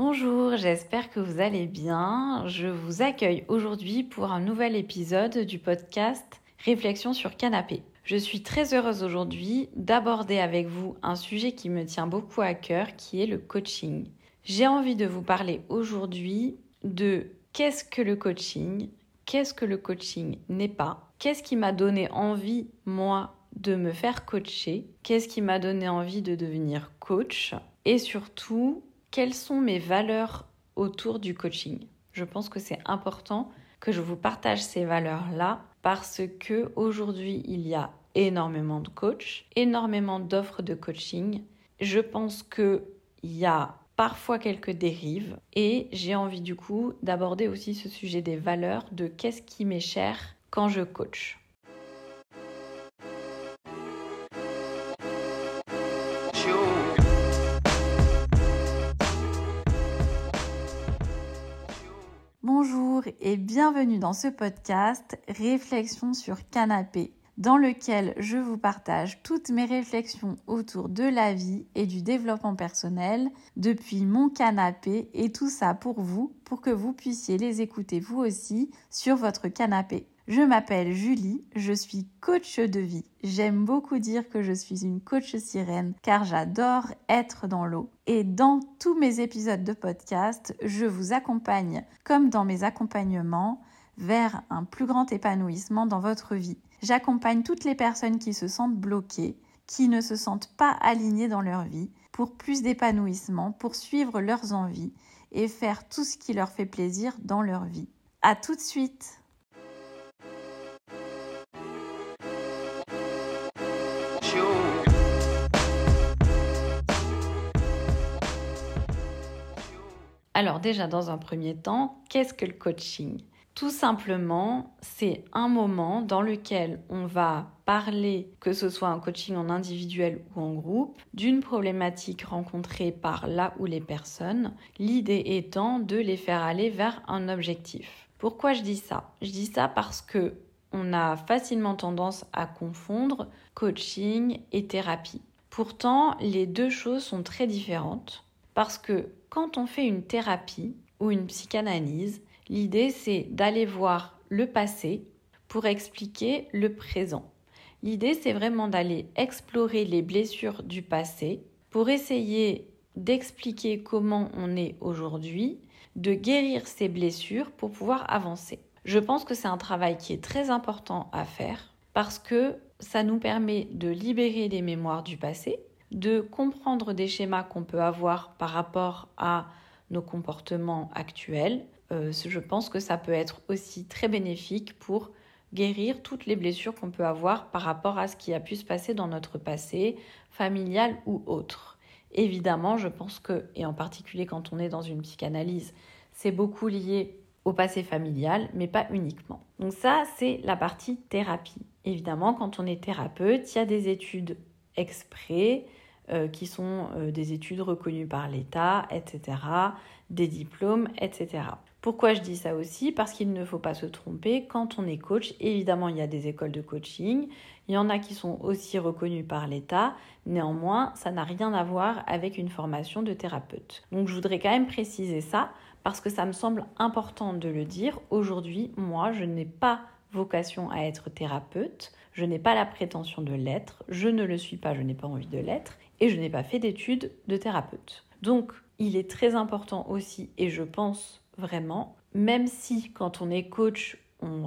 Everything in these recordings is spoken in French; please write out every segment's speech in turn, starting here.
Bonjour, j'espère que vous allez bien. Je vous accueille aujourd'hui pour un nouvel épisode du podcast Réflexion sur canapé. Je suis très heureuse aujourd'hui d'aborder avec vous un sujet qui me tient beaucoup à cœur, qui est le coaching. J'ai envie de vous parler aujourd'hui de qu'est-ce que le coaching n'est pas, qu'est-ce qui m'a donné envie, moi, de me faire coacher, qu'est-ce qui m'a donné envie de devenir coach et surtout, quelles sont mes valeurs autour du coaching. Je pense que c'est important que je vous partage ces valeurs-là parce que aujourd'hui il y a énormément de coachs, énormément d'offres de coaching. Je pense qu'il y a parfois quelques dérives et j'ai envie du coup d'aborder aussi ce sujet des valeurs, de qu'est-ce qui m'est cher quand je coach. Bonjour et bienvenue dans ce podcast Réflexion sur canapé, dans lequel je vous partage toutes mes réflexions autour de la vie et du développement personnel depuis mon canapé et tout ça pour vous, pour que vous puissiez les écouter vous aussi sur votre canapé. Je m'appelle Julie, je suis coach de vie. J'aime beaucoup dire que je suis une coach sirène car j'adore être dans l'eau. Et dans tous mes épisodes de podcast, je vous accompagne, comme dans mes accompagnements, vers un plus grand épanouissement dans votre vie. J'accompagne toutes les personnes qui se sentent bloquées, qui ne se sentent pas alignées dans leur vie, pour plus d'épanouissement, pour suivre leurs envies et faire tout ce qui leur fait plaisir dans leur vie. À tout de suite! Alors déjà, dans un premier temps, qu'est-ce que le coaching ? Tout simplement, c'est un moment dans lequel on va parler, que ce soit un coaching en individuel ou en groupe, d'une problématique rencontrée par la ou les personnes, l'idée étant de les faire aller vers un objectif. Pourquoi je dis ça ? Je dis ça parce que on a facilement tendance à confondre coaching et thérapie. Pourtant, les deux choses sont très différentes parce que quand on fait une thérapie ou une psychanalyse, l'idée c'est d'aller voir le passé pour expliquer le présent. L'idée c'est vraiment d'aller explorer les blessures du passé pour essayer d'expliquer comment on est aujourd'hui, de guérir ces blessures pour pouvoir avancer. Je pense que c'est un travail qui est très important à faire parce que ça nous permet de libérer les mémoires du passé, de comprendre des schémas qu'on peut avoir par rapport à nos comportements actuels. Je pense que ça peut être aussi très bénéfique pour guérir toutes les blessures qu'on peut avoir par rapport à ce qui a pu se passer dans notre passé, familial ou autre. Évidemment, je pense que, et en particulier quand on est dans une psychanalyse, c'est beaucoup lié au passé familial, mais pas uniquement. Donc ça, c'est la partie thérapie. Évidemment, quand on est thérapeute, il y a des études exprès qui sont des études reconnues par l'État, etc., des diplômes, etc. Pourquoi je dis ça aussi ? Parce qu'il ne faut pas se tromper, quand on est coach, évidemment, il y a des écoles de coaching, il y en a qui sont aussi reconnues par l'État, néanmoins, ça n'a rien à voir avec une formation de thérapeute. Donc, je voudrais quand même préciser ça, parce que ça me semble important de le dire. Aujourd'hui, moi, je n'ai pas vocation à être thérapeute, je n'ai pas la prétention de l'être, je ne le suis pas, je n'ai pas envie de l'être, et je n'ai pas fait d'études de thérapeute. Donc, il est très important aussi, et je pense vraiment, même si quand on est coach, on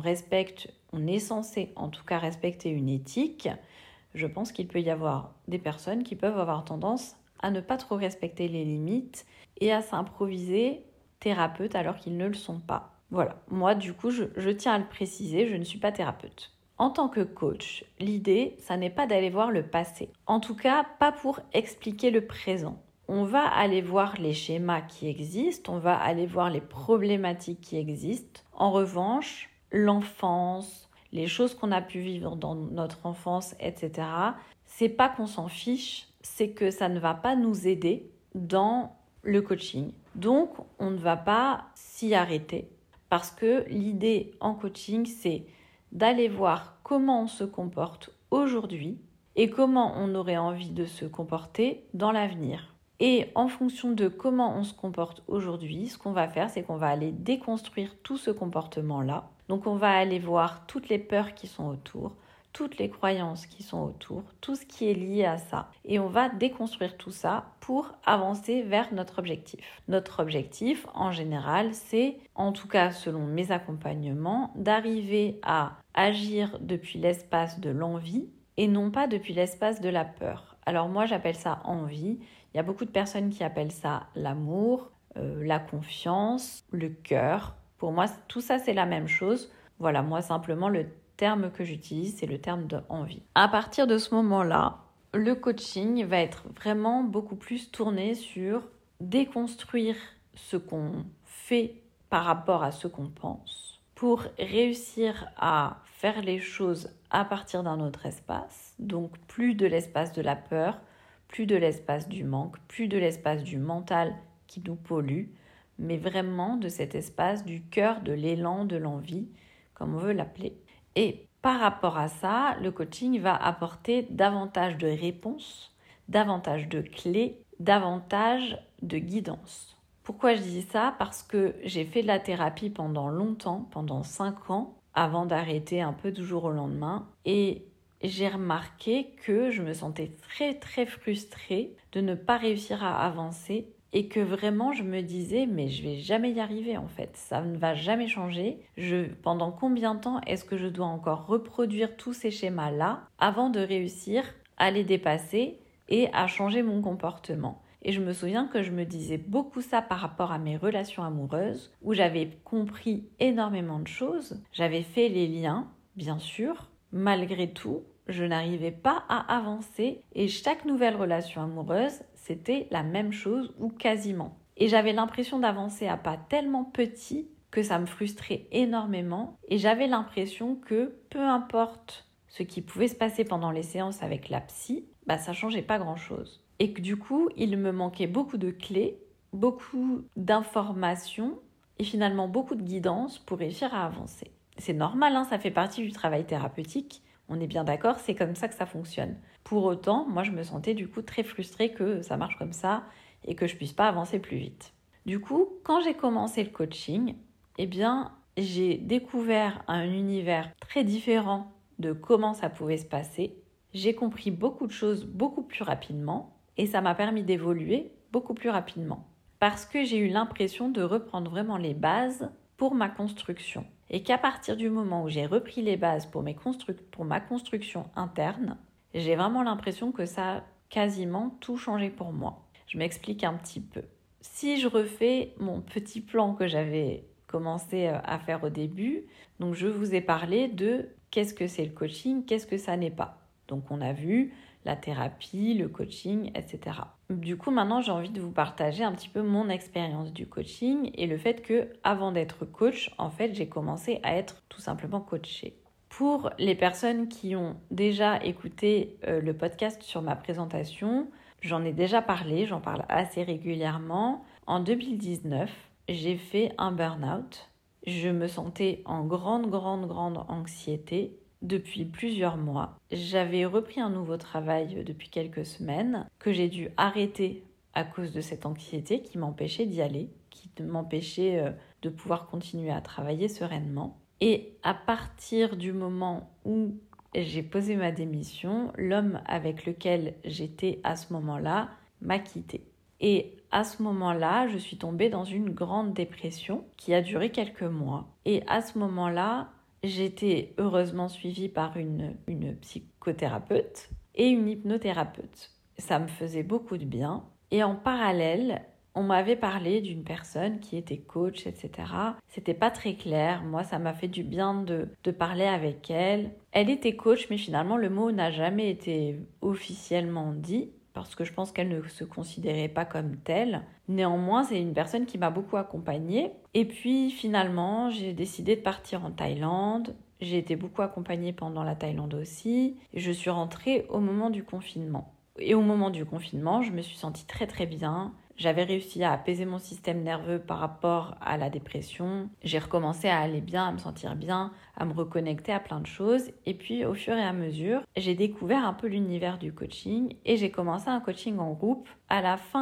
est censé en tout cas respecter une éthique, je pense qu'il peut y avoir des personnes qui peuvent avoir tendance à ne pas trop respecter les limites et à s'improviser thérapeute alors qu'ils ne le sont pas. Voilà, moi du coup, je tiens à le préciser, je ne suis pas thérapeute. En tant que coach, l'idée, ça n'est pas d'aller voir le passé. En tout cas, pas pour expliquer le présent. On va aller voir les schémas qui existent, on va aller voir les problématiques qui existent. En revanche, l'enfance, les choses qu'on a pu vivre dans notre enfance, etc., c'est pas qu'on s'en fiche, c'est que ça ne va pas nous aider dans le coaching. Donc, on ne va pas s'y arrêter parce que l'idée en coaching, c'est d'aller voir comment on se comporte aujourd'hui et comment on aurait envie de se comporter dans l'avenir. Et en fonction de comment on se comporte aujourd'hui, ce qu'on va faire, c'est qu'on va aller déconstruire tout ce comportement-là. Donc on va aller voir toutes les peurs qui sont autour, toutes les croyances qui sont autour, tout ce qui est lié à ça. Et on va déconstruire tout ça pour avancer vers notre objectif. Notre objectif, en général, c'est, en tout cas selon mes accompagnements, d'arriver à agir depuis l'espace de l'envie et non pas depuis l'espace de la peur. Alors moi, j'appelle ça envie. Il y a beaucoup de personnes qui appellent ça l'amour, la confiance, le cœur. Pour moi, tout ça, c'est la même chose. Voilà, moi, simplement, le terme que j'utilise, c'est le terme de envie. À partir de ce moment-là, le coaching va être vraiment beaucoup plus tourné sur déconstruire ce qu'on fait par rapport à ce qu'on pense pour réussir à faire les choses à partir d'un autre espace. Donc, plus de l'espace de la peur, plus de l'espace du manque, plus de l'espace du mental qui nous pollue, mais vraiment de cet espace du cœur, de l'élan, de l'envie, comme on veut l'appeler. Et par rapport à ça, le coaching va apporter davantage de réponses, davantage de clés, davantage de guidance. Pourquoi je dis ça ? Parce que j'ai fait de la thérapie pendant longtemps, pendant 5 ans, avant d'arrêter un peu du jour au lendemain. Et j'ai remarqué que je me sentais très très frustrée de ne pas réussir à avancer et que vraiment je me disais mais je vais jamais y arriver en fait, ça ne va jamais changer. Pendant combien de temps est-ce que je dois encore reproduire tous ces schémas-là avant de réussir à les dépasser et à changer mon comportement ? Et je me souviens que je me disais beaucoup ça par rapport à mes relations amoureuses où j'avais compris énormément de choses, j'avais fait les liens, bien sûr, malgré tout, je n'arrivais pas à avancer et chaque nouvelle relation amoureuse, c'était la même chose ou quasiment. Et j'avais l'impression d'avancer à pas tellement petits que ça me frustrait énormément et j'avais l'impression que peu importe ce qui pouvait se passer pendant les séances avec la psy, ça changeait pas grand-chose. Et que du coup, il me manquait beaucoup de clés, beaucoup d'informations et finalement beaucoup de guidance pour réussir à avancer. C'est normal, ça fait partie du travail thérapeutique. On est bien d'accord, c'est comme ça que ça fonctionne. Pour autant, moi je me sentais du coup très frustrée que ça marche comme ça et que je puisse pas avancer plus vite. Du coup, quand j'ai commencé le coaching, j'ai découvert un univers très différent de comment ça pouvait se passer. J'ai compris beaucoup de choses beaucoup plus rapidement et ça m'a permis d'évoluer beaucoup plus rapidement. Parce que j'ai eu l'impression de reprendre vraiment les bases pour ma construction. Et qu'à partir du moment où j'ai repris les bases pour ma construction interne, j'ai vraiment l'impression que ça a quasiment tout changé pour moi. Je m'explique un petit peu. Si je refais mon petit plan que j'avais commencé à faire au début, donc je vous ai parlé de qu'est-ce que c'est le coaching, qu'est-ce que ça n'est pas. Donc on a vu la thérapie, le coaching, etc. Du coup, maintenant, j'ai envie de vous partager un petit peu mon expérience du coaching et le fait que, avant d'être coach, en fait, j'ai commencé à être tout simplement coachée. Pour les personnes qui ont déjà écouté le podcast sur ma présentation, j'en ai déjà parlé, j'en parle assez régulièrement. En 2019, j'ai fait un burn-out. Je me sentais en grande anxiété depuis plusieurs mois. J'avais repris un nouveau travail depuis quelques semaines que j'ai dû arrêter à cause de cette anxiété qui m'empêchait d'y aller, qui m'empêchait de pouvoir continuer à travailler sereinement. Et à partir du moment où j'ai posé ma démission, l'homme avec lequel j'étais à ce moment-là m'a quittée. Et à ce moment-là, je suis tombée dans une grande dépression qui a duré quelques mois. Et à ce moment-là, j'étais heureusement suivie par une psychothérapeute et une hypnothérapeute. Ça me faisait beaucoup de bien. Et en parallèle, on m'avait parlé d'une personne qui était coach, etc. C'était pas très clair. Moi, ça m'a fait du bien de parler avec elle. Elle était coach, mais finalement, le mot n'a jamais été officiellement dit parce que je pense qu'elle ne se considérait pas comme telle. Néanmoins, c'est une personne qui m'a beaucoup accompagnée. Et puis, finalement, j'ai décidé de partir en Thaïlande. J'ai été beaucoup accompagnée pendant la Thaïlande aussi. Et je suis rentrée au moment du confinement. Et au moment du confinement, je me suis sentie très très bien. J'avais réussi à apaiser mon système nerveux par rapport à la dépression. J'ai recommencé à aller bien, à me sentir bien, à me reconnecter à plein de choses. Et puis, au fur et à mesure, j'ai découvert un peu l'univers du coaching et j'ai commencé un coaching en groupe à la fin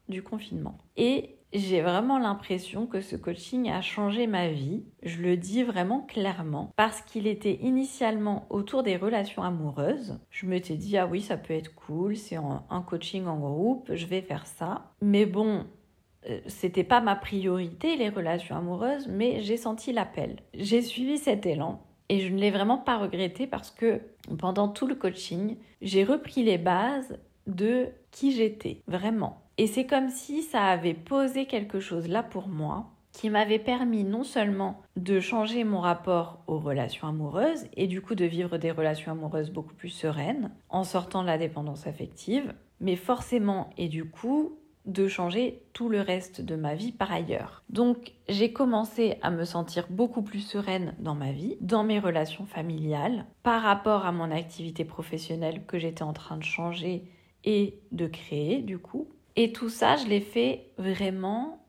du confinement. Et j'ai vraiment l'impression que ce coaching a changé ma vie. Je le dis vraiment clairement parce qu'il était initialement autour des relations amoureuses. Je m'étais dit, ah oui, ça peut être cool, c'est un coaching en groupe, je vais faire ça. Mais bon, c'était pas ma priorité, les relations amoureuses, mais j'ai senti l'appel. J'ai suivi cet élan. Et je ne l'ai vraiment pas regretté parce que pendant tout le coaching, j'ai repris les bases de qui j'étais, vraiment. Et c'est comme si ça avait posé quelque chose là pour moi qui m'avait permis non seulement de changer mon rapport aux relations amoureuses et du coup de vivre des relations amoureuses beaucoup plus sereines en sortant de la dépendance affective, mais forcément et du coup de changer tout le reste de ma vie par ailleurs. Donc j'ai commencé à me sentir beaucoup plus sereine dans ma vie, dans mes relations familiales, par rapport à mon activité professionnelle que j'étais en train de changer et de créer du coup. Et tout ça, je l'ai fait vraiment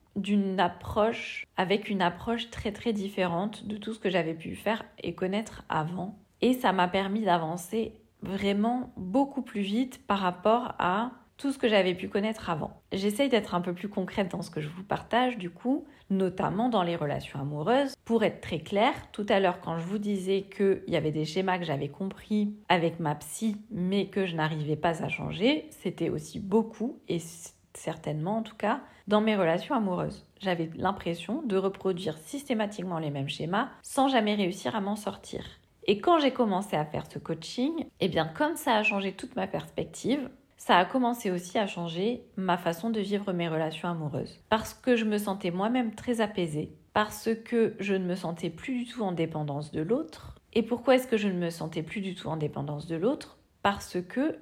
avec une approche très très différente de tout ce que j'avais pu faire et connaître avant. Et ça m'a permis d'avancer vraiment beaucoup plus vite par rapport à tout ce que j'avais pu connaître avant. J'essaye d'être un peu plus concrète dans ce que je vous partage du coup, notamment dans les relations amoureuses. Pour être très claire, tout à l'heure quand je vous disais qu'il y avait des schémas que j'avais compris avec ma psy, mais que je n'arrivais pas à changer, c'était aussi beaucoup, et certainement en tout cas, dans mes relations amoureuses. J'avais l'impression de reproduire systématiquement les mêmes schémas sans jamais réussir à m'en sortir. Et quand j'ai commencé à faire ce coaching, eh bien comme ça a changé toute ma perspective, ça a commencé aussi à changer ma façon de vivre mes relations amoureuses. Parce que je me sentais moi-même très apaisée, parce que je ne me sentais plus du tout en dépendance de l'autre. Et pourquoi est-ce que je ne me sentais plus du tout en dépendance de l'autre ? Parce que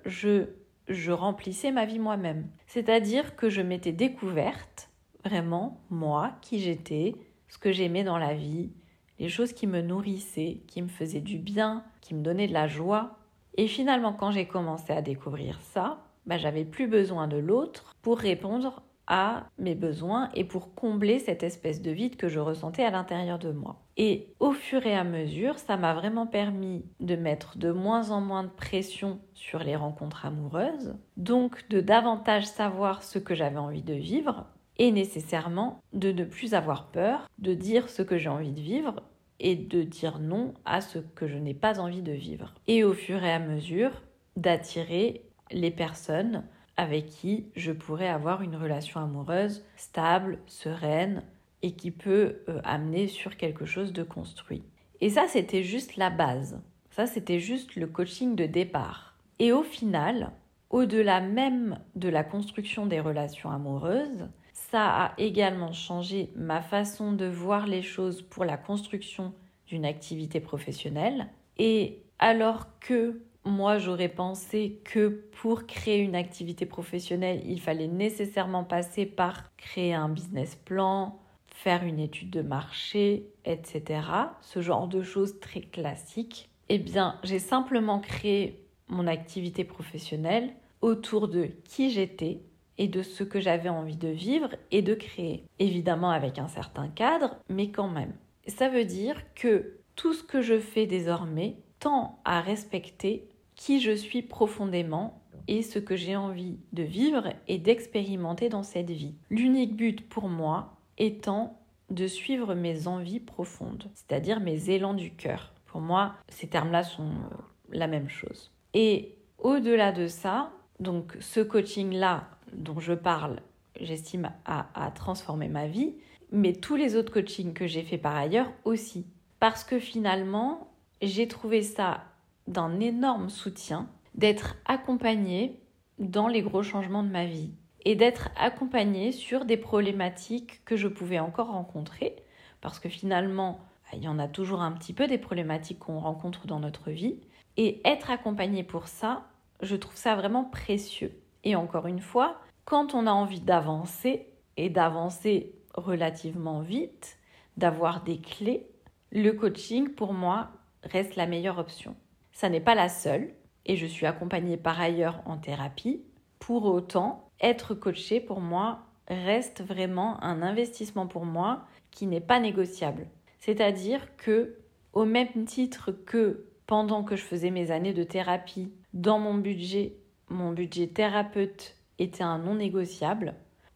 je remplissais ma vie moi-même. C'est-à-dire que je m'étais découverte, vraiment, moi, qui j'étais, ce que j'aimais dans la vie, les choses qui me nourrissaient, qui me faisaient du bien, qui me donnaient de la joie. Et finalement, quand j'ai commencé à découvrir ça, j'avais plus besoin de l'autre pour répondre à mes besoins et pour combler cette espèce de vide que je ressentais à l'intérieur de moi. Et au fur et à mesure, ça m'a vraiment permis de mettre de moins en moins de pression sur les rencontres amoureuses, donc de davantage savoir ce que j'avais envie de vivre et nécessairement de ne plus avoir peur de dire ce que j'ai envie de vivre et de dire non à ce que je n'ai pas envie de vivre. Et au fur et à mesure, d'attirer les personnes avec qui je pourrais avoir une relation amoureuse stable, sereine et qui peut amener sur quelque chose de construit. Et ça, c'était juste la base. Ça, c'était juste le coaching de départ. Et au final, au-delà même de la construction des relations amoureuses, ça a également changé ma façon de voir les choses pour la construction d'une activité professionnelle. Et alors que moi, j'aurais pensé que pour créer une activité professionnelle, il fallait nécessairement passer par créer un business plan, faire une étude de marché, etc. Ce genre de choses très classiques. Eh bien, j'ai simplement créé mon activité professionnelle autour de qui j'étais et de ce que j'avais envie de vivre et de créer. Évidemment avec un certain cadre, mais quand même. Ça veut dire que tout ce que je fais désormais tend à respecter qui je suis profondément et ce que j'ai envie de vivre et d'expérimenter dans cette vie. L'unique but pour moi étant de suivre mes envies profondes, c'est-à-dire mes élans du cœur. Pour moi, ces termes-là sont la même chose. Et au-delà de ça, donc ce coaching-là dont je parle, j'estime à transformer ma vie, mais tous les autres coachings que j'ai fait par ailleurs aussi. Parce que finalement, j'ai trouvé ça d'un énorme soutien d'être accompagnée dans les gros changements de ma vie et d'être accompagnée sur des problématiques que je pouvais encore rencontrer parce que finalement, il y en a toujours un petit peu des problématiques qu'on rencontre dans notre vie et être accompagnée pour ça, je trouve ça vraiment précieux. Et encore une fois, quand on a envie d'avancer et d'avancer relativement vite, d'avoir des clés, le coaching pour moi reste la meilleure option. Ça n'est pas la seule et je suis accompagnée par ailleurs en thérapie. Pour autant, être coachée pour moi reste vraiment un investissement pour moi qui n'est pas négociable. C'est-à-dire que, au même titre que pendant que je faisais mes années de thérapie, dans mon budget thérapeute était un non négociable.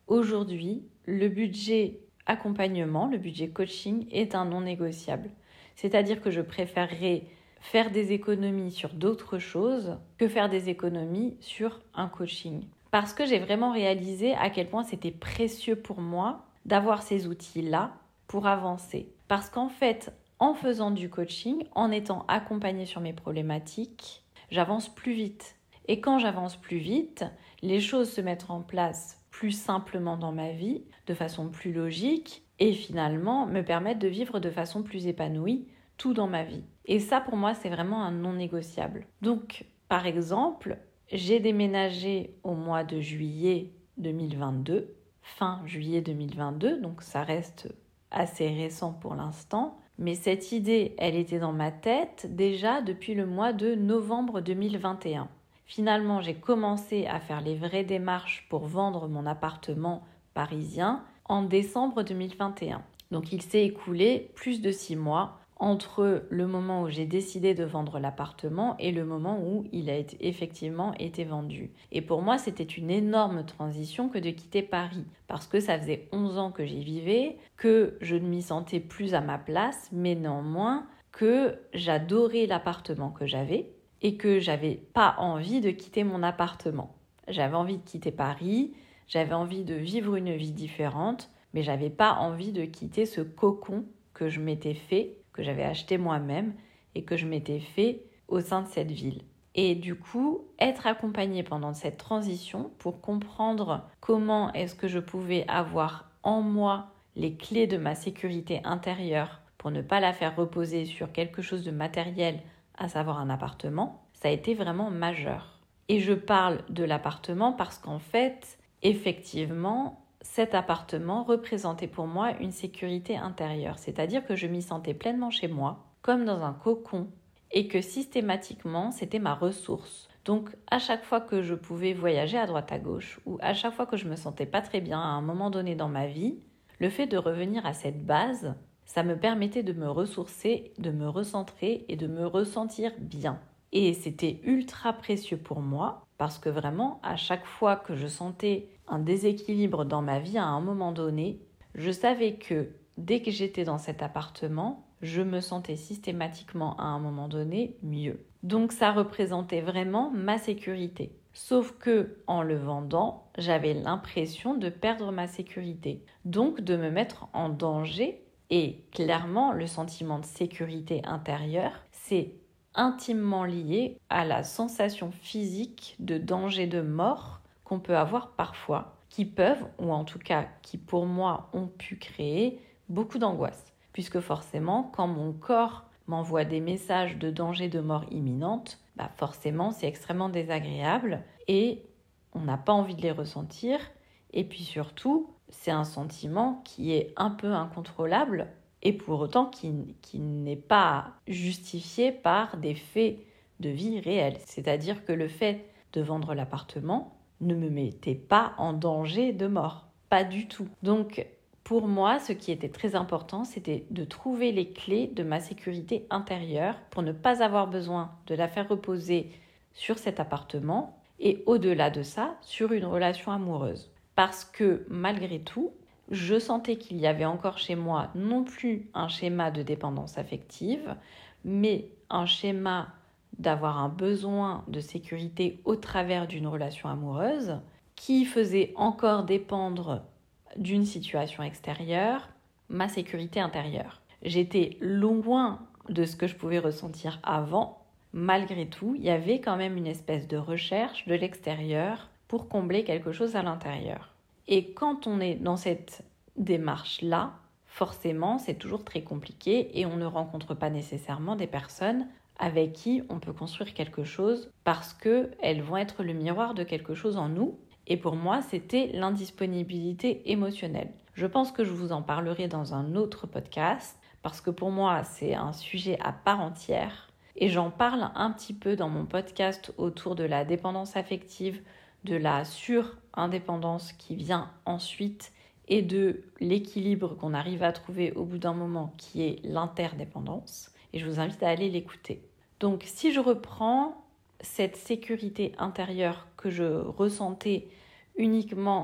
Aujourd'hui, le budget accompagnement, le budget coaching est un non négociable. C'est-à-dire que je préférerais faire des économies sur d'autres choses que faire des économies sur un coaching. Parce que j'ai vraiment réalisé à quel point c'était précieux pour moi d'avoir ces outils-là pour avancer. Parce qu'en fait, en faisant du coaching, en étant accompagnée sur mes problématiques, j'avance plus vite. Et quand j'avance plus vite, les choses se mettent en place plus simplement dans ma vie, de façon plus logique, et finalement me permettent de vivre de façon plus épanouie tout dans ma vie. Et ça, pour moi, c'est vraiment un non négociable. Donc, par exemple, j'ai déménagé au mois de juillet 2022, fin juillet 2022, donc ça reste assez récent pour l'instant. Mais cette idée, elle était dans ma tête déjà depuis le mois de novembre 2021. Finalement, j'ai commencé à faire les vraies démarches pour vendre mon appartement parisien en décembre 2021. Donc il s'est écoulé plus de 6 mois entre le moment où j'ai décidé de vendre l'appartement et le moment où il a effectivement été vendu. Et pour moi, c'était une énorme transition que de quitter Paris, parce que ça faisait 11 ans que j'y vivais, que je ne m'y sentais plus à ma place, mais néanmoins que j'adorais l'appartement que j'avais et que j'avais pas envie de quitter mon appartement. J'avais envie de quitter Paris, j'avais envie de vivre une vie différente, mais j'avais pas envie de quitter ce cocon que je m'étais fait, que j'avais acheté moi-même et que je m'étais fait au sein de cette ville. Et du coup, être accompagnée pendant cette transition pour comprendre comment est-ce que je pouvais avoir en moi les clés de ma sécurité intérieure pour ne pas la faire reposer sur quelque chose de matériel, à savoir un appartement, ça a été vraiment majeur. Et je parle de l'appartement parce qu'en fait, effectivement, cet appartement représentait pour moi une sécurité intérieure, c'est-à-dire que je m'y sentais pleinement chez moi, comme dans un cocon, et que systématiquement, c'était ma ressource. Donc, à chaque fois que je pouvais voyager à droite à gauche, ou à chaque fois que je me sentais pas très bien à un moment donné dans ma vie, le fait de revenir à cette base, ça me permettait de me ressourcer, de me recentrer et de me ressentir bien. Et c'était ultra précieux pour moi parce que vraiment, à chaque fois que je sentais un déséquilibre dans ma vie à un moment donné, je savais que dès que j'étais dans cet appartement, je me sentais systématiquement à un moment donné mieux. Donc ça représentait vraiment ma sécurité. Sauf que en le vendant, j'avais l'impression de perdre ma sécurité, donc de me mettre en danger. Et clairement, le sentiment de sécurité intérieure, c'est intimement lié à la sensation physique de danger de mort qu'on peut avoir parfois, qui peuvent, ou en tout cas qui pour moi ont pu créer beaucoup d'angoisse. Puisque forcément, quand mon corps m'envoie des messages de danger de mort imminente, forcément c'est extrêmement désagréable et on n'a pas envie de les ressentir. Et puis surtout, c'est un sentiment qui est un peu incontrôlable et pour autant qui n'est pas justifié par des faits de vie réels. C'est-à-dire que le fait de vendre l'appartement ne me mettait pas en danger de mort. Pas du tout. Donc, pour moi, ce qui était très important, c'était de trouver les clés de ma sécurité intérieure pour ne pas avoir besoin de la faire reposer sur cet appartement et au-delà de ça, sur une relation amoureuse. Parce que malgré tout, je sentais qu'il y avait encore chez moi non plus un schéma de dépendance affective, mais un schéma d'avoir un besoin de sécurité au travers d'une relation amoureuse qui faisait encore dépendre d'une situation extérieure ma sécurité intérieure. J'étais loin de ce que je pouvais ressentir avant. Malgré tout, il y avait quand même une espèce de recherche de l'extérieur pour combler quelque chose à l'intérieur. Et quand on est dans cette démarche-là, forcément, c'est toujours très compliqué et on ne rencontre pas nécessairement des personnes avec qui on peut construire quelque chose parce qu'elles vont être le miroir de quelque chose en nous. Et pour moi, c'était l'indisponibilité émotionnelle. Je pense que je vous en parlerai dans un autre podcast parce que pour moi, c'est un sujet à part entière. Et j'en parle un petit peu dans mon podcast autour de la dépendance affective, de la surindépendance qui vient ensuite et de l'équilibre qu'on arrive à trouver au bout d'un moment qui est l'interdépendance. Et je vous invite à aller l'écouter. Donc si je reprends cette sécurité intérieure que je ressentais uniquement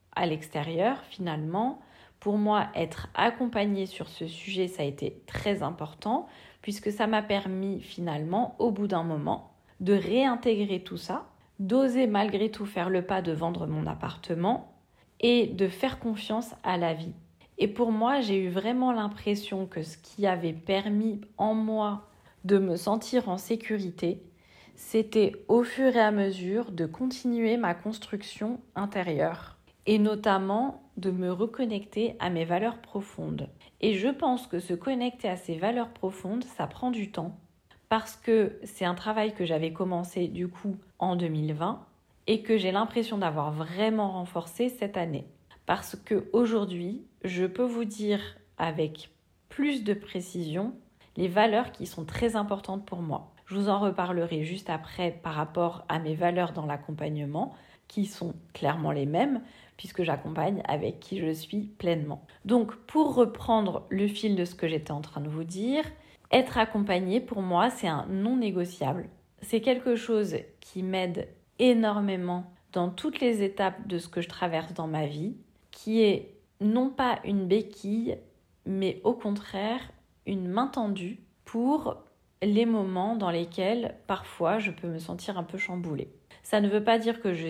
à l'extérieur, finalement, pour moi, être accompagnée sur ce sujet, ça a été très important, puisque ça m'a permis finalement, au bout d'un moment, de réintégrer tout ça, d'oser malgré tout faire le pas de vendre mon appartement et de faire confiance à la vie. Et pour moi, j'ai eu vraiment l'impression que ce qui avait permis en moi de me sentir en sécurité, c'était au fur et à mesure de continuer ma construction intérieure et notamment de me reconnecter à mes valeurs profondes. Et je pense que se connecter à ces valeurs profondes, ça prend du temps parce que c'est un travail que j'avais commencé du coup en 2020 et que j'ai l'impression d'avoir vraiment renforcé cette année. Parce qu'aujourd'hui, je peux vous dire avec plus de précision les valeurs qui sont très importantes pour moi. Je vous en reparlerai juste après par rapport à mes valeurs dans l'accompagnement, qui sont clairement les mêmes, puisque j'accompagne avec qui je suis pleinement. Donc, pour reprendre le fil de ce que j'étais en train de vous dire, être accompagné, pour moi, c'est un non négociable. C'est quelque chose qui m'aide énormément dans toutes les étapes de ce que je traverse dans ma vie, qui est non pas une béquille, mais au contraire, une main tendue pour les moments dans lesquels parfois je peux me sentir un peu chamboulée. Ça ne veut pas dire que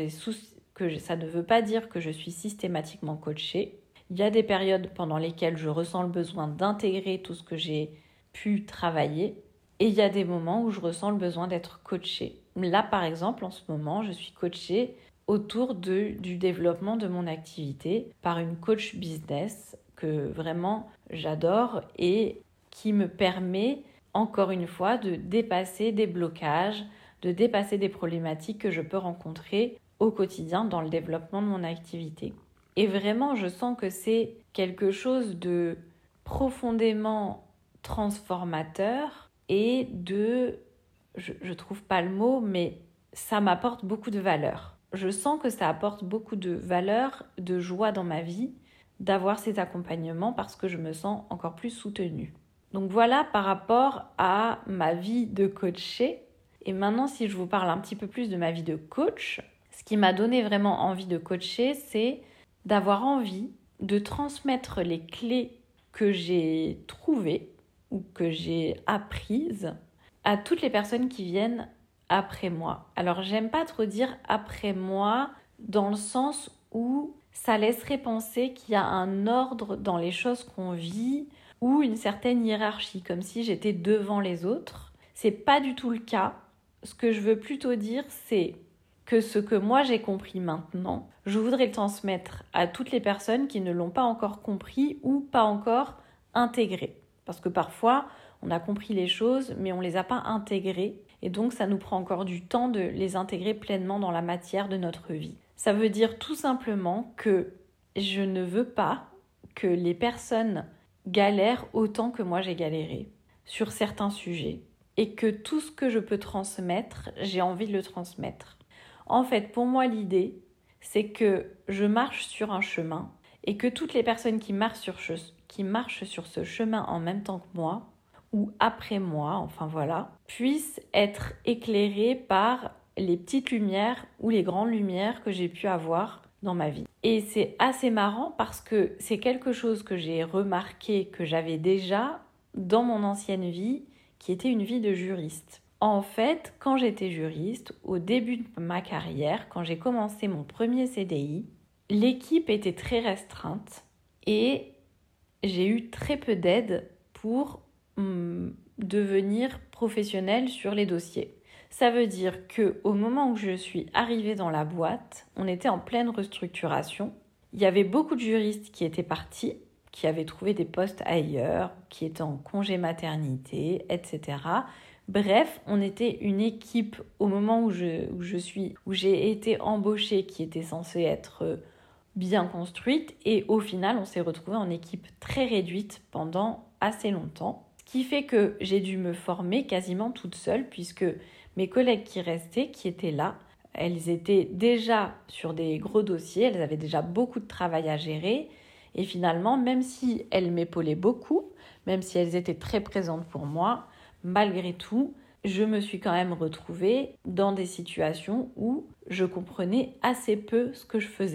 ça ne veut pas dire que je suis systématiquement coachée. Il y a des périodes pendant lesquelles je ressens le besoin d'intégrer tout ce que j'ai pu travailler et il y a des moments où je ressens le besoin d'être coachée. Là, par exemple, en ce moment, je suis coachée autour du développement de mon activité par une coach business que vraiment j'adore et qui me permet encore une fois de dépasser des blocages, de dépasser des problématiques que je peux rencontrer au quotidien dans le développement de mon activité. Et vraiment, je sens que c'est quelque chose de profondément transformateur et je trouve pas le mot, mais ça m'apporte beaucoup de valeur. Je sens que ça apporte beaucoup de valeur, de joie dans ma vie, d'avoir ces accompagnements parce que je me sens encore plus soutenue. Donc voilà par rapport à ma vie de coachée. Et maintenant, si je vous parle un petit peu plus de ma vie de coach, ce qui m'a donné vraiment envie de coacher, c'est d'avoir envie de transmettre les clés que j'ai trouvées ou que j'ai apprises à toutes les personnes qui viennent après moi. Alors, j'aime pas trop dire après moi dans le sens où ça laisserait penser qu'il y a un ordre dans les choses qu'on vit ou une certaine hiérarchie, comme si j'étais devant les autres. C'est pas du tout le cas. Ce que je veux plutôt dire, c'est que ce que moi j'ai compris maintenant, je voudrais le transmettre à toutes les personnes qui ne l'ont pas encore compris ou pas encore intégré. Parce que parfois, on a compris les choses, mais on ne les a pas intégrées. Et donc, ça nous prend encore du temps de les intégrer pleinement dans la matière de notre vie. Ça veut dire tout simplement que je ne veux pas que les personnes galèrent autant que moi j'ai galéré sur certains sujets. Et que tout ce que je peux transmettre, j'ai envie de le transmettre. En fait, pour moi, l'idée, c'est que je marche sur un chemin et que toutes les personnes qui marchent sur ce chemin en même temps que moi, ou après moi, enfin voilà, puissent être éclairées par les petites lumières ou les grandes lumières que j'ai pu avoir dans ma vie. Et c'est assez marrant parce que c'est quelque chose que j'ai remarqué que j'avais déjà dans mon ancienne vie, qui était une vie de juriste. En fait, quand j'étais juriste, au début de ma carrière, quand j'ai commencé mon premier CDI, l'équipe était très restreinte et j'ai eu très peu d'aide pour devenir professionnelle sur les dossiers. Ça veut dire qu'au moment où je suis arrivée dans la boîte, on était en pleine restructuration. Il y avait beaucoup de juristes qui étaient partis, qui avaient trouvé des postes ailleurs, qui étaient en congé maternité, etc. Bref, on était une équipe au moment où j'ai été embauchée qui était censée être bien construite et au final, on s'est retrouvé en équipe très réduite pendant assez longtemps. Ce qui fait que j'ai dû me former quasiment toute seule puisque mes collègues qui restaient, qui étaient là, elles étaient déjà sur des gros dossiers, elles avaient déjà beaucoup de travail à gérer. Et finalement, même si elles m'épaulaient beaucoup, même si elles étaient très présentes pour moi, malgré tout, je me suis quand même retrouvée dans des situations où je comprenais assez peu ce que je faisais.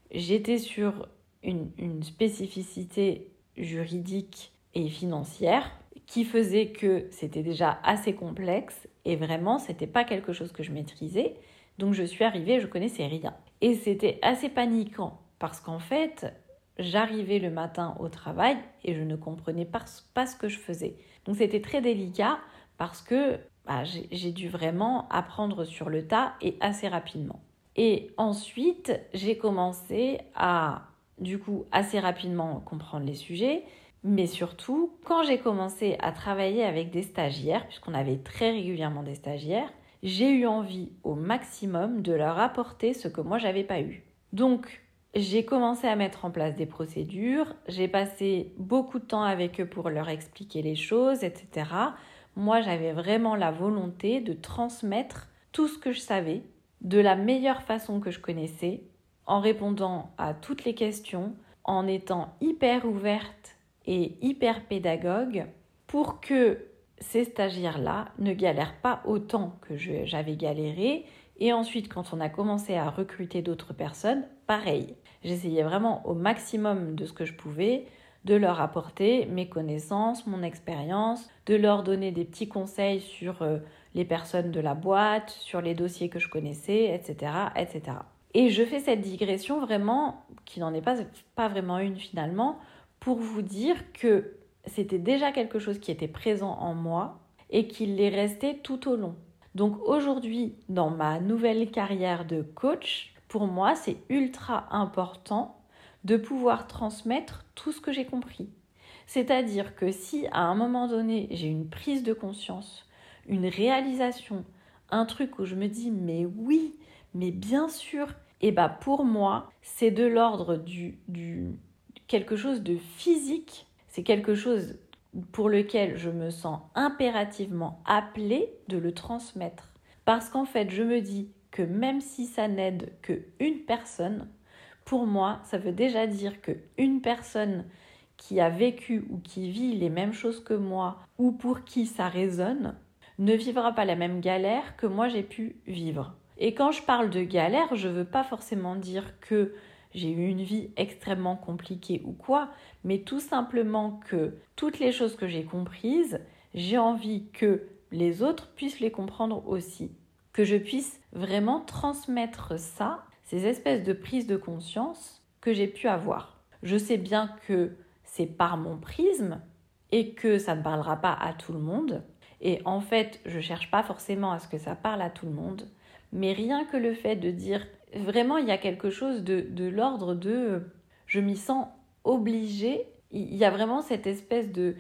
j'étais sur une spécificité juridique et financière qui faisait que c'était déjà assez complexe et vraiment, c'était pas quelque chose que je maîtrisais. Donc, je suis arrivée, je connaissais rien. Et c'était assez paniquant parce qu'en fait, j'arrivais le matin au travail et je ne comprenais pas ce que je faisais. Donc, c'était très délicat parce que j'ai dû vraiment apprendre sur le tas et assez rapidement. Et ensuite, j'ai commencé à, du coup, assez rapidement comprendre les sujets. Mais surtout, quand j'ai commencé à travailler avec des stagiaires, puisqu'on avait très régulièrement des stagiaires, j'ai eu envie au maximum de leur apporter ce que moi, j'avais pas eu. Donc, j'ai commencé à mettre en place des procédures, j'ai passé beaucoup de temps avec eux pour leur expliquer les choses, etc. Moi, j'avais vraiment la volonté de transmettre tout ce que je savais de la meilleure façon que je connaissais, en répondant à toutes les questions, en étant hyper ouverte et hyper pédagogue pour que ces stagiaires-là ne galèrent pas autant que j'avais galéré. Et ensuite, quand on a commencé à recruter d'autres personnes, pareil. J'essayais vraiment au maximum de ce que je pouvais de leur apporter mes connaissances, mon expérience, de leur donner des petits conseils sur les personnes de la boîte, sur les dossiers que je connaissais, etc., etc. Et je fais cette digression vraiment, qui n'en est pas vraiment une finalement, pour vous dire que c'était déjà quelque chose qui était présent en moi et qui l'est resté tout au long. Donc aujourd'hui, dans ma nouvelle carrière de coach, pour moi, c'est ultra important de pouvoir transmettre tout ce que j'ai compris. C'est-à-dire que si à un moment donné, j'ai une prise de conscience, une réalisation, un truc où je me dis mais oui, mais bien sûr, et pour moi, c'est de l'ordre du quelque chose de physique, c'est quelque chose pour lequel je me sens impérativement appelée de le transmettre. Parce qu'en fait, je me dis que même si ça n'aide qu'une personne, pour moi, ça veut déjà dire qu'une personne qui a vécu ou qui vit les mêmes choses que moi, ou pour qui ça résonne, ne vivra pas la même galère que moi j'ai pu vivre. Et quand je parle de galère, je ne veux pas forcément dire que j'ai eu une vie extrêmement compliquée ou quoi, mais tout simplement que toutes les choses que j'ai comprises, j'ai envie que les autres puissent les comprendre aussi. Que je puisse vraiment transmettre ça, ces espèces de prises de conscience que j'ai pu avoir. Je sais bien que c'est par mon prisme et que ça ne parlera pas à tout le monde. Et en fait, je ne cherche pas forcément à ce que ça parle à tout le monde. Mais rien que le fait de dire, vraiment, il y a quelque chose de l'ordre de je m'y sens obligée. Il y a vraiment cette espèce de...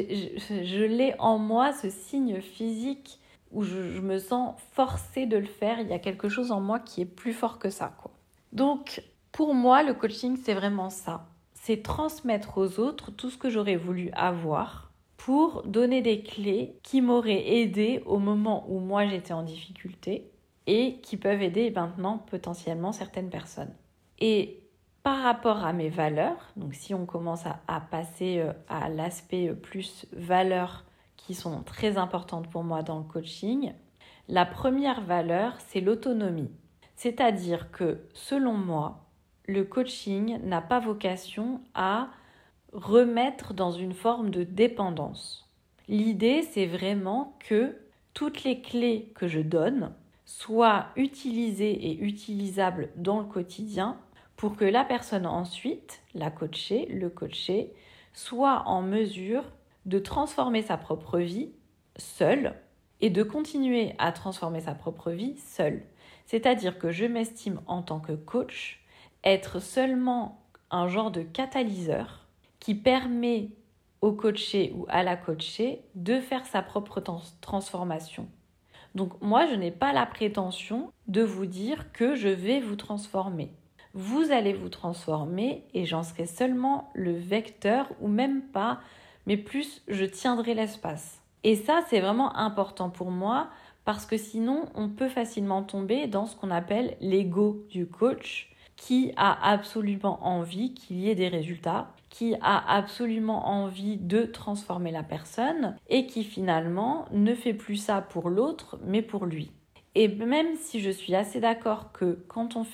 Je l'ai en moi, ce signe physique où je me sens forcée de le faire. Il y a quelque chose en moi qui est plus fort que ça, quoi. Donc, pour moi, le coaching, c'est vraiment ça. C'est transmettre aux autres tout ce que j'aurais voulu avoir pour donner des clés qui m'auraient aidé au moment où moi j'étais en difficulté et qui peuvent aider maintenant potentiellement certaines personnes. Et par rapport à mes valeurs, donc si on commence à passer à l'aspect plus valeurs qui sont très importantes pour moi dans le coaching, la première valeur, c'est l'autonomie. C'est-à-dire que, selon moi, le coaching n'a pas vocation à remettre dans une forme de dépendance. L'idée, c'est vraiment que toutes les clés que je donne soient utilisées et utilisables dans le quotidien pour que la personne ensuite, la coachée, le coaché, soit en mesure de transformer sa propre vie seule et de continuer à transformer sa propre vie seule. C'est-à-dire que je m'estime en tant que coach être seulement un genre de catalyseur qui permet au coaché ou à la coachée de faire sa propre transformation. Donc moi, je n'ai pas la prétention de vous dire que je vais vous transformer. Vous allez vous transformer et j'en serai seulement le vecteur ou même pas, mais plus je tiendrai l'espace. Et ça, c'est vraiment important pour moi parce que sinon, on peut facilement tomber dans ce qu'on appelle l'ego du coach qui a absolument envie qu'il y ait des résultats, qui a absolument envie de transformer la personne et qui finalement ne fait plus ça pour l'autre mais pour lui. Et même si je suis assez d'accord que quand on fait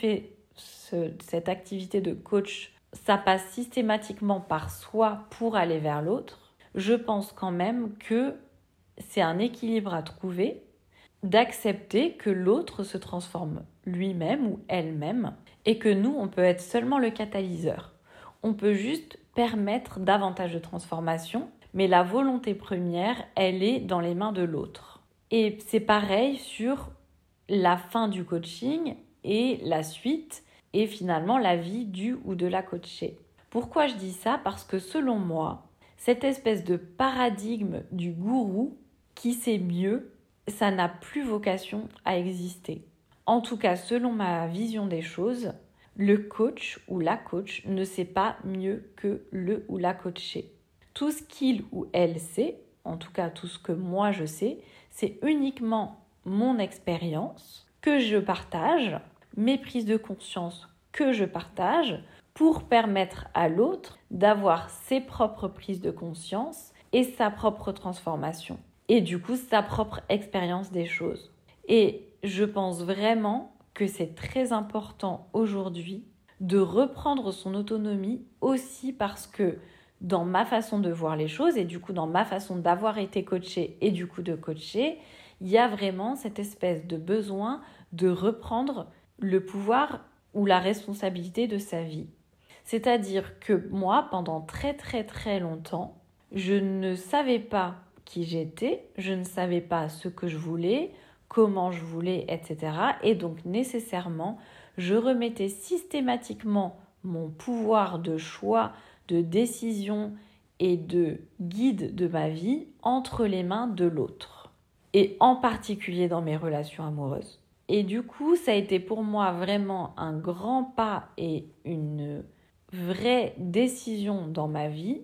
cette activité de coach, ça passe systématiquement par soi pour aller vers l'autre, je pense quand même que c'est un équilibre à trouver d'accepter que l'autre se transforme lui-même ou elle-même et que nous, on peut être seulement le catalyseur. On peut juste permettre davantage de transformation, mais la volonté première, elle est dans les mains de l'autre. Et c'est pareil sur la fin du coaching et la suite et finalement la vie du ou de la coachée. Pourquoi je dis ça ? Parce que selon moi, cette espèce de paradigme du gourou qui sait mieux, ça n'a plus vocation à exister. En tout cas, selon ma vision des choses, le coach ou la coach ne sait pas mieux que le ou la coachée. Tout ce qu'il ou elle sait, en tout cas tout ce que moi je sais, c'est uniquement mon expérience que je partage, mes prises de conscience que je partage pour permettre à l'autre d'avoir ses propres prises de conscience et sa propre transformation. Et du coup, sa propre expérience des choses. Et je pense vraiment que c'est très important aujourd'hui de reprendre son autonomie aussi parce que dans ma façon de voir les choses et du coup dans ma façon d'avoir été coachée et du coup de coacher, il y a vraiment cette espèce de besoin de reprendre le pouvoir ou la responsabilité de sa vie. C'est-à-dire que moi, pendant très très très longtemps, je ne savais pas qui j'étais, je ne savais pas ce que je voulais, comment je voulais, etc. Et donc nécessairement, je remettais systématiquement mon pouvoir de choix, de décision et de guide de ma vie entre les mains de l'autre. Et en particulier dans mes relations amoureuses. Et du coup, ça a été pour moi vraiment un grand pas et une vraie décision dans ma vie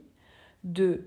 de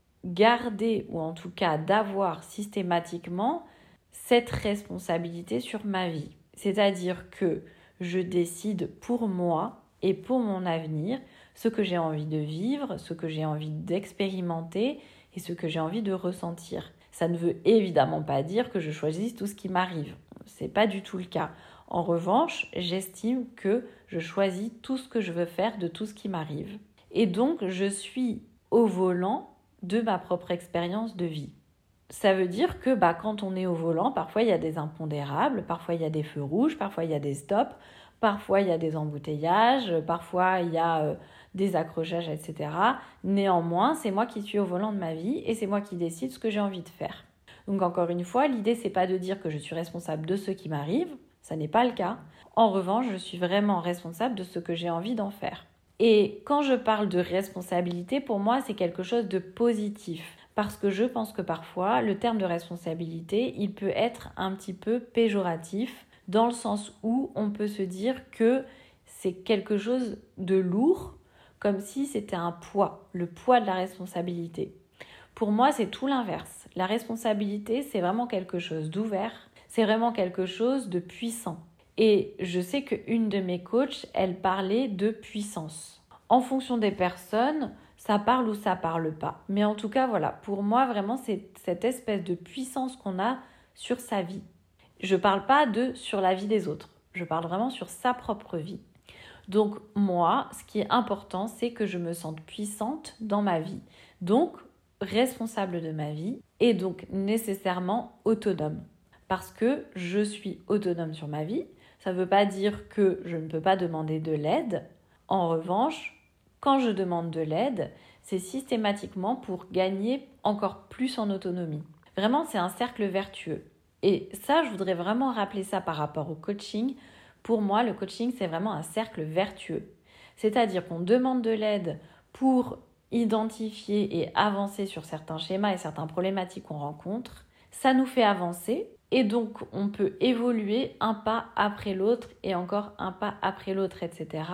garder ou en tout cas d'avoir systématiquement cette responsabilité sur ma vie. C'est-à-dire que je décide pour moi et pour mon avenir ce que j'ai envie de vivre, ce que j'ai envie d'expérimenter et ce que j'ai envie de ressentir. Ça ne veut évidemment pas dire que je choisisse tout ce qui m'arrive. C'est pas du tout le cas. En revanche, j'estime que je choisis tout ce que je veux faire de tout ce qui m'arrive. Et donc, je suis au volant de ma propre expérience de vie. Ça veut dire que quand on est au volant, parfois il y a des impondérables, parfois il y a des feux rouges, parfois il y a des stops, parfois il y a des embouteillages, parfois il y a des accrochages, etc. Néanmoins, c'est moi qui suis au volant de ma vie et c'est moi qui décide ce que j'ai envie de faire. Donc encore une fois, l'idée c'est pas de dire que je suis responsable de ce qui m'arrive, ça n'est pas le cas. En revanche, je suis vraiment responsable de ce que j'ai envie d'en faire. Et quand je parle de responsabilité, pour moi, c'est quelque chose de positif. Parce que je pense que parfois, le terme de responsabilité, il peut être un petit peu péjoratif, dans le sens où on peut se dire que c'est quelque chose de lourd, comme si c'était un poids, le poids de la responsabilité. Pour moi, c'est tout l'inverse. La responsabilité, c'est vraiment quelque chose d'ouvert, c'est vraiment quelque chose de puissant. Et je sais qu'une de mes coachs, elle parlait de puissance. En fonction des personnes, ça parle ou ça parle pas. Mais en tout cas, voilà, pour moi, vraiment, c'est cette espèce de puissance qu'on a sur sa vie. Je parle pas de sur la vie des autres. Je parle vraiment sur sa propre vie. Donc, moi, ce qui est important, c'est que je me sente puissante dans ma vie. Donc, responsable de ma vie et donc nécessairement autonome. Parce que je suis autonome sur ma vie. Ça ne veut pas dire que je ne peux pas demander de l'aide. En revanche, quand je demande de l'aide, c'est systématiquement pour gagner encore plus en autonomie. Vraiment, c'est un cercle vertueux. Et ça, je voudrais vraiment rappeler ça par rapport au coaching. Pour moi, le coaching, c'est vraiment un cercle vertueux. C'est-à-dire qu'on demande de l'aide pour identifier et avancer sur certains schémas et certaines problématiques qu'on rencontre. Ça nous fait avancer. Et donc, on peut évoluer un pas après l'autre et encore un pas après l'autre, etc.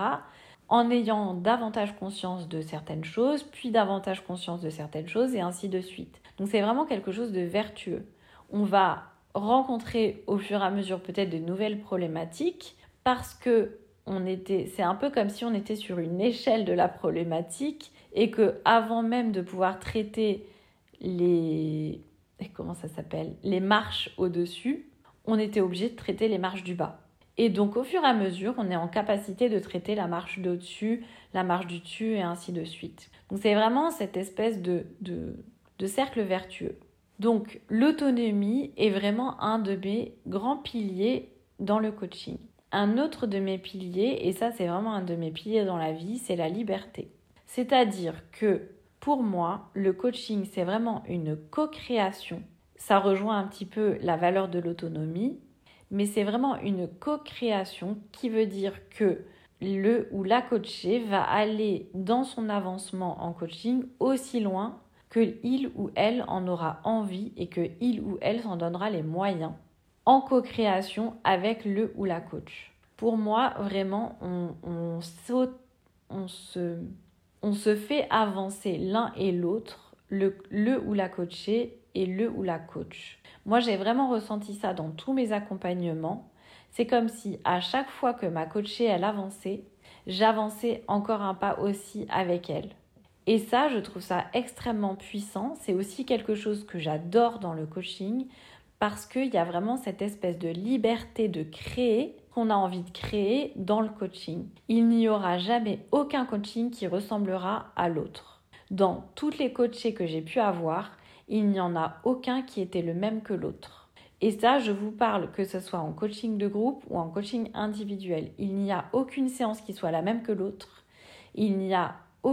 en ayant davantage conscience de certaines choses, puis davantage conscience de certaines choses, et ainsi de suite. Donc, c'est vraiment quelque chose de vertueux. On va rencontrer au fur et à mesure peut-être de nouvelles problématiques parce que c'est un peu comme si on était sur une échelle de la problématique et qu'avant même de pouvoir traiter les marches au-dessus, on était obligé de traiter les marches du bas. Et donc, au fur et à mesure, on est en capacité de traiter la marche d'au-dessus, la marche du dessus et ainsi de suite. Donc, c'est vraiment cette espèce de cercle vertueux. Donc, l'autonomie est vraiment un de mes grands piliers dans le coaching. Un autre de mes piliers, et ça c'est vraiment un de mes piliers dans la vie, c'est la liberté. C'est-à-dire que pour moi, le coaching, c'est vraiment une co-création. Ça rejoint un petit peu la valeur de l'autonomie, mais c'est vraiment une co-création qui veut dire que le ou la coachée va aller dans son avancement en coaching aussi loin que il ou elle en aura envie et que il ou elle s'en donnera les moyens en co-création avec le ou la coach. Pour moi, vraiment, on se fait avancer l'un et l'autre, le ou la coachée et le ou la coach. Moi, j'ai vraiment ressenti ça dans tous mes accompagnements. C'est comme si à chaque fois que ma coachée, elle avançait, j'avançais encore un pas aussi avec elle. Et ça, je trouve ça extrêmement puissant. C'est aussi quelque chose que j'adore dans le coaching parce qu'il y a vraiment cette espèce de liberté de créer qu'on a envie de créer dans le coaching. Il n'y aura jamais aucun coaching qui ressemblera à l'autre. Dans toutes les coachés que j'ai pu avoir, il n'y en a aucun qui était le même que l'autre. Et ça, je vous parle que ce soit en coaching de groupe ou en coaching individuel. Il n'y a aucune séance qui soit la même que l'autre. Il n'y a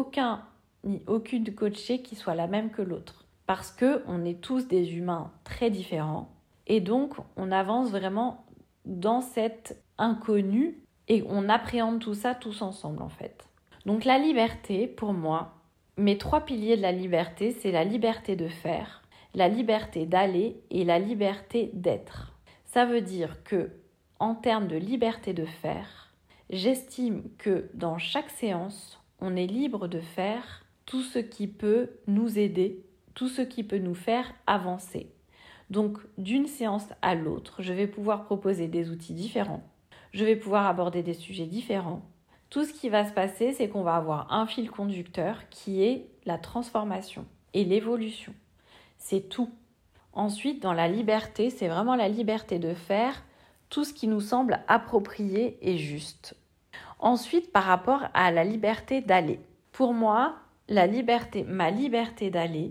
aucune coachée qui soit la même que l'autre. Parce qu'on est tous des humains très différents. Et donc, on avance vraiment dans cet inconnu et on appréhende tout ça tous ensemble en fait. Donc la liberté, pour moi, mes 3 piliers de la liberté, c'est la liberté de faire, la liberté d'aller et la liberté d'être. Ça veut dire que, en termes de liberté de faire, j'estime que dans chaque séance, on est libre de faire tout ce qui peut nous aider, tout ce qui peut nous faire avancer. Donc, d'une séance à l'autre, je vais pouvoir proposer des outils différents, je vais pouvoir aborder des sujets différents. Tout ce qui va se passer, c'est qu'on va avoir un fil conducteur qui est la transformation et l'évolution. C'est tout. Ensuite, dans la liberté, c'est vraiment la liberté de faire tout ce qui nous semble approprié et juste. Ensuite, par rapport à la liberté d'aller. Pour moi, ma liberté d'aller,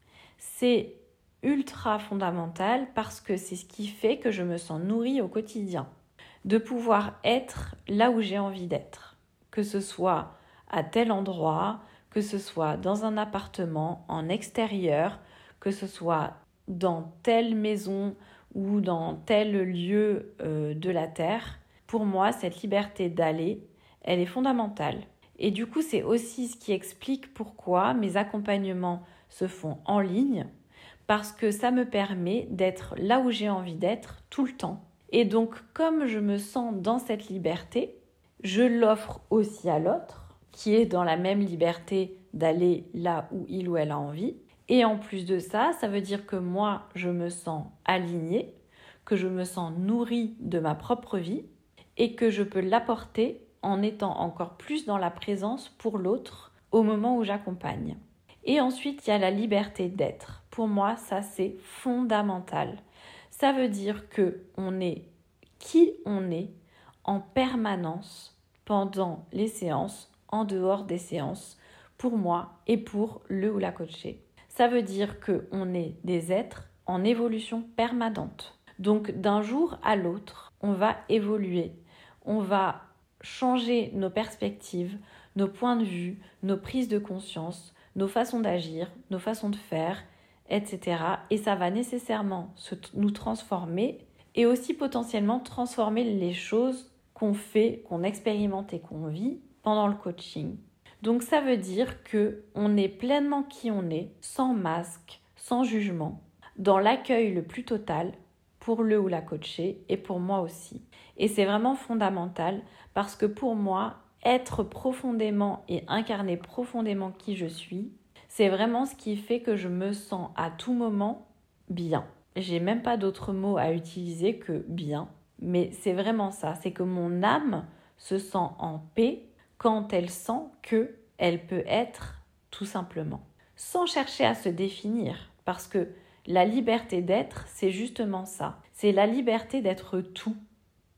c'est ultra fondamental parce que c'est ce qui fait que je me sens nourrie au quotidien. De pouvoir être là où j'ai envie d'être. Que ce soit à tel endroit, que ce soit dans un appartement, en extérieur, que ce soit dans telle maison ou dans tel lieu de la terre. Pour moi, cette liberté d'aller, elle est fondamentale. Et du coup, c'est aussi ce qui explique pourquoi mes accompagnements se font en ligne, parce que ça me permet d'être là où j'ai envie d'être tout le temps. Et donc, comme je me sens dans cette liberté, je l'offre aussi à l'autre, qui est dans la même liberté d'aller là où il ou elle a envie. Et en plus de ça, ça veut dire que moi, je me sens alignée, que je me sens nourrie de ma propre vie et que je peux l'apporter en étant encore plus dans la présence pour l'autre au moment où j'accompagne. Et ensuite, il y a la liberté d'être. Pour moi, ça, c'est fondamental. Ça veut dire qu'on est qui on est en permanence pendant les séances, en dehors des séances, pour moi et pour le ou la coachée. Ça veut dire qu'on est des êtres en évolution permanente. Donc d'un jour à l'autre, on va évoluer, on va changer nos perspectives, nos points de vue, nos prises de conscience, nos façons d'agir, nos façons de faire, etc. Et ça va nécessairement nous transformer et aussi potentiellement transformer les choses qu'on fait, qu'on expérimente et qu'on vit pendant le coaching. Donc ça veut dire qu'on est pleinement qui on est, sans masque, sans jugement, dans l'accueil le plus total pour le ou la coachée et pour moi aussi. Et c'est vraiment fondamental parce que pour moi, être profondément et incarner profondément qui je suis, c'est vraiment ce qui fait que je me sens à tout moment bien. J'ai même pas d'autres mots à utiliser que bien, mais c'est vraiment ça, c'est que mon âme se sent en paix quand elle sent qu'elle peut être tout simplement, sans chercher à se définir, parce que la liberté d'être, c'est justement ça, c'est la liberté d'être tout.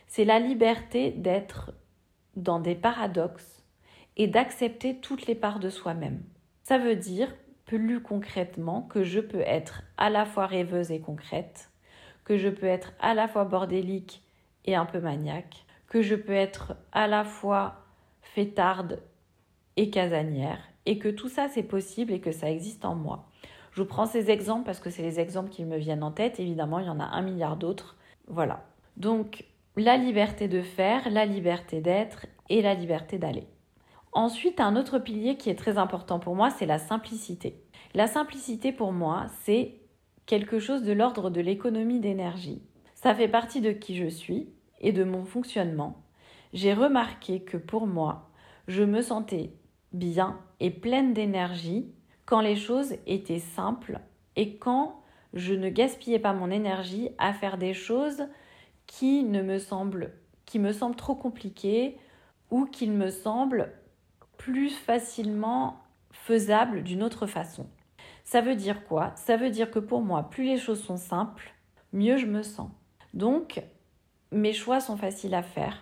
c'est la liberté d'être dans des paradoxes et d'accepter toutes les parts de soi-même. Ça veut dire, plus concrètement, que je peux être à la fois rêveuse et concrète, que je peux être à la fois bordélique et un peu maniaque, que je peux être à la fois fêtarde et casanière, et que tout ça c'est possible et que ça existe en moi. Je vous prends ces exemples parce que c'est les exemples qui me viennent en tête. Évidemment, il y en a 1 milliard d'autres. Voilà. Donc, la liberté de faire, la liberté d'être et la liberté d'aller. Ensuite, un autre pilier qui est très important pour moi, c'est la simplicité. La simplicité pour moi, c'est quelque chose de l'ordre de l'économie d'énergie. Ça fait partie de qui je suis et de mon fonctionnement. J'ai remarqué que pour moi, je me sentais bien et pleine d'énergie quand les choses étaient simples et quand je ne gaspillais pas mon énergie à faire des choses qui me semblent trop compliquées ou qui me semblent plus facilement faisables d'une autre façon. Ça veut dire quoi ? Ça veut dire que pour moi, plus les choses sont simples, mieux je me sens. Donc, mes choix sont faciles à faire.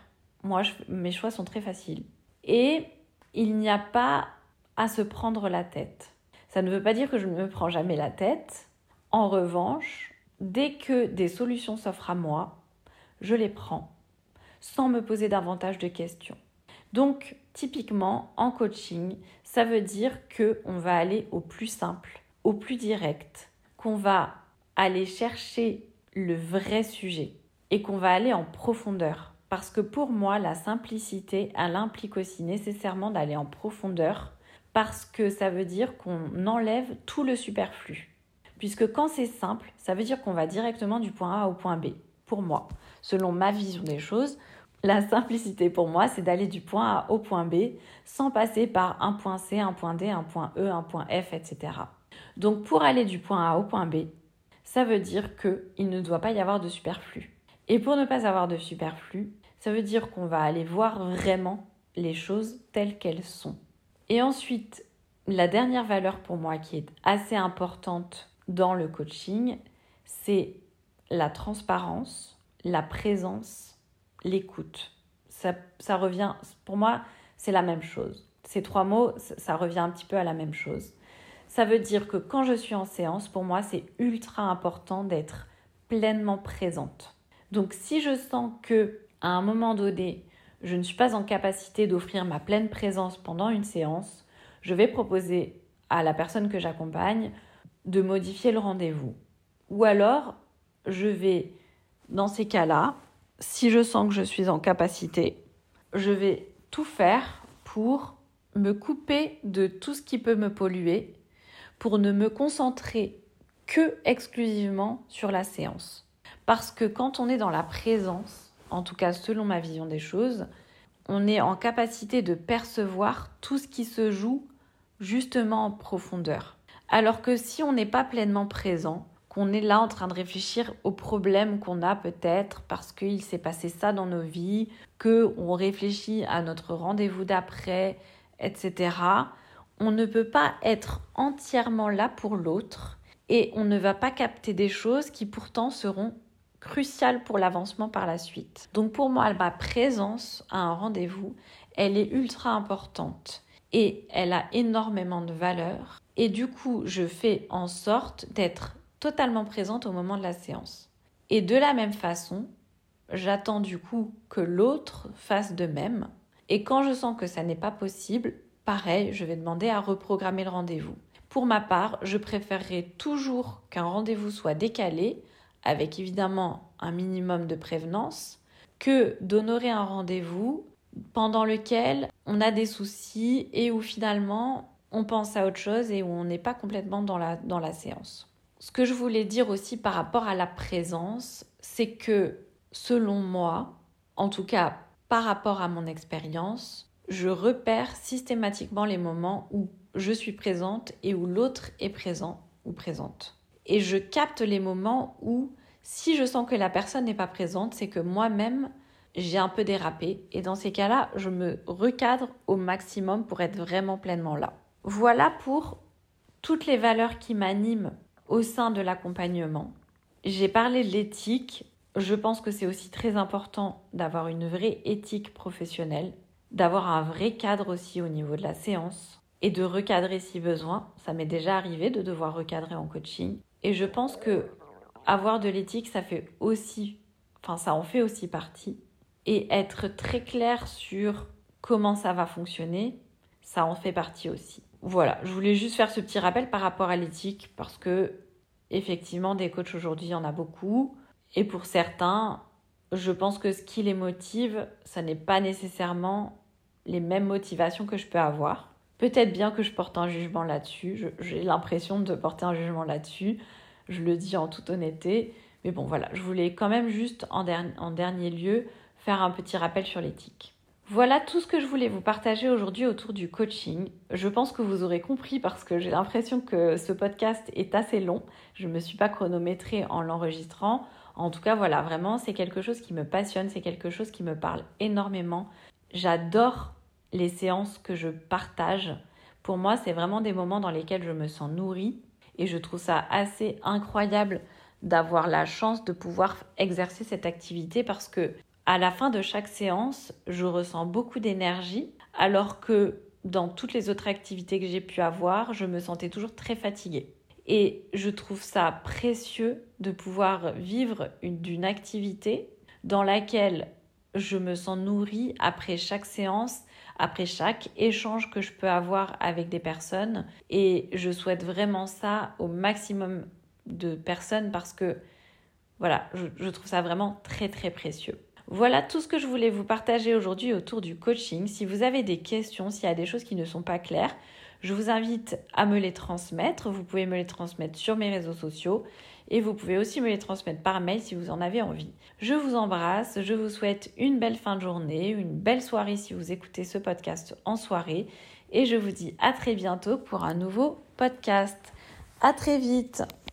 Mes choix sont très faciles. Et il n'y a pas à se prendre la tête. Ça ne veut pas dire que je ne me prends jamais la tête. En revanche, dès que des solutions s'offrent à moi, je les prends sans me poser davantage de questions. Donc, typiquement, en coaching, ça veut dire qu'on va aller au plus simple, au plus direct, qu'on va aller chercher le vrai sujet et qu'on va aller en profondeur. Parce que pour moi, la simplicité, elle implique aussi nécessairement d'aller en profondeur parce que ça veut dire qu'on enlève tout le superflu. Puisque quand c'est simple, ça veut dire qu'on va directement du point A au point B. Pour moi, selon ma vision des choses, la simplicité pour moi, c'est d'aller du point A au point B sans passer par un point C, un point D, un point E, un point F, etc. Donc pour aller du point A au point B, ça veut dire qu'il ne doit pas y avoir de superflu. Et pour ne pas avoir de superflu, ça veut dire qu'on va aller voir vraiment les choses telles qu'elles sont. Et ensuite, la dernière valeur pour moi qui est assez importante dans le coaching, c'est la transparence, la présence, l'écoute. Ça revient, pour moi, c'est la même chose. Ces 3 mots, ça revient un petit peu à la même chose. Ça veut dire que quand je suis en séance, pour moi, c'est ultra important d'être pleinement présente. Donc, si je sens que à un moment donné, je ne suis pas en capacité d'offrir ma pleine présence pendant une séance, je vais proposer à la personne que j'accompagne de modifier le rendez-vous. Ou alors, je vais, dans ces cas-là, si je sens que je suis en capacité, je vais tout faire pour me couper de tout ce qui peut me polluer, pour ne me concentrer que exclusivement sur la séance. Parce que quand on est dans la présence, en tout cas selon ma vision des choses, on est en capacité de percevoir tout ce qui se joue justement en profondeur. Alors que si on n'est pas pleinement présent, qu'on est là en train de réfléchir aux problèmes qu'on a peut-être parce qu'il s'est passé ça dans nos vies, qu'on réfléchit à notre rendez-vous d'après, etc., on ne peut pas être entièrement là pour l'autre et on ne va pas capter des choses qui pourtant seront cruciales pour l'avancement par la suite. Donc pour moi, ma présence à un rendez-vous, elle est ultra importante et elle a énormément de valeur. Et du coup, je fais en sorte d'être totalement présente au moment de la séance. Et de la même façon, j'attends du coup que l'autre fasse de même. Et quand je sens que ça n'est pas possible, pareil, je vais demander à reprogrammer le rendez-vous. Pour ma part, je préférerais toujours qu'un rendez-vous soit décalé, avec évidemment un minimum de prévenance, que d'honorer un rendez-vous pendant lequel on a des soucis et où finalement on pense à autre chose et où on n'est pas complètement dans la séance. Ce que je voulais dire aussi par rapport à la présence, c'est que selon moi, en tout cas par rapport à mon expérience, je repère systématiquement les moments où je suis présente et où l'autre est présent ou présente. Et je capte les moments où, si je sens que la personne n'est pas présente, c'est que moi-même, j'ai un peu dérapé. Et dans ces cas-là, je me recadre au maximum pour être vraiment pleinement là. Voilà pour toutes les valeurs qui m'animent au sein de l'accompagnement. J'ai parlé de l'éthique. Je pense que c'est aussi très important d'avoir une vraie éthique professionnelle, d'avoir un vrai cadre aussi au niveau de la séance et de recadrer si besoin. Ça m'est déjà arrivé de devoir recadrer en coaching. Et je pense que avoir de l'éthique, ça en fait aussi partie. Et être très clair sur comment ça va fonctionner, ça en fait partie aussi. Voilà, je voulais juste faire ce petit rappel par rapport à l'éthique parce que effectivement, des coachs aujourd'hui, il y en a beaucoup. Et pour certains, je pense que ce qui les motive, ça n'est pas nécessairement les mêmes motivations que je peux avoir. Peut-être bien que je porte un jugement là-dessus. J'ai l'impression de porter un jugement là-dessus. Je le dis en toute honnêteté. Mais bon, voilà, je voulais quand même juste en dernier lieu faire un petit rappel sur l'éthique. Voilà tout ce que je voulais vous partager aujourd'hui autour du coaching. Je pense que vous aurez compris parce que j'ai l'impression que ce podcast est assez long. Je ne me suis pas chronométrée en l'enregistrant. En tout cas, voilà, vraiment, c'est quelque chose qui me passionne, c'est quelque chose qui me parle énormément. J'adore les séances que je partage. Pour moi, c'est vraiment des moments dans lesquels je me sens nourrie et je trouve ça assez incroyable d'avoir la chance de pouvoir exercer cette activité parce que à la fin de chaque séance, je ressens beaucoup d'énergie, alors que dans toutes les autres activités que j'ai pu avoir, je me sentais toujours très fatiguée. Et je trouve ça précieux de pouvoir vivre d'une activité dans laquelle je me sens nourrie après chaque séance, après chaque échange que je peux avoir avec des personnes. Et je souhaite vraiment ça au maximum de personnes parce que voilà, je trouve ça vraiment très très précieux. Voilà tout ce que je voulais vous partager aujourd'hui autour du coaching. Si vous avez des questions, s'il y a des choses qui ne sont pas claires, je vous invite à me les transmettre. Vous pouvez me les transmettre sur mes réseaux sociaux et vous pouvez aussi me les transmettre par mail si vous en avez envie. Je vous embrasse, je vous souhaite une belle fin de journée, une belle soirée si vous écoutez ce podcast en soirée et je vous dis à très bientôt pour un nouveau podcast. À très vite!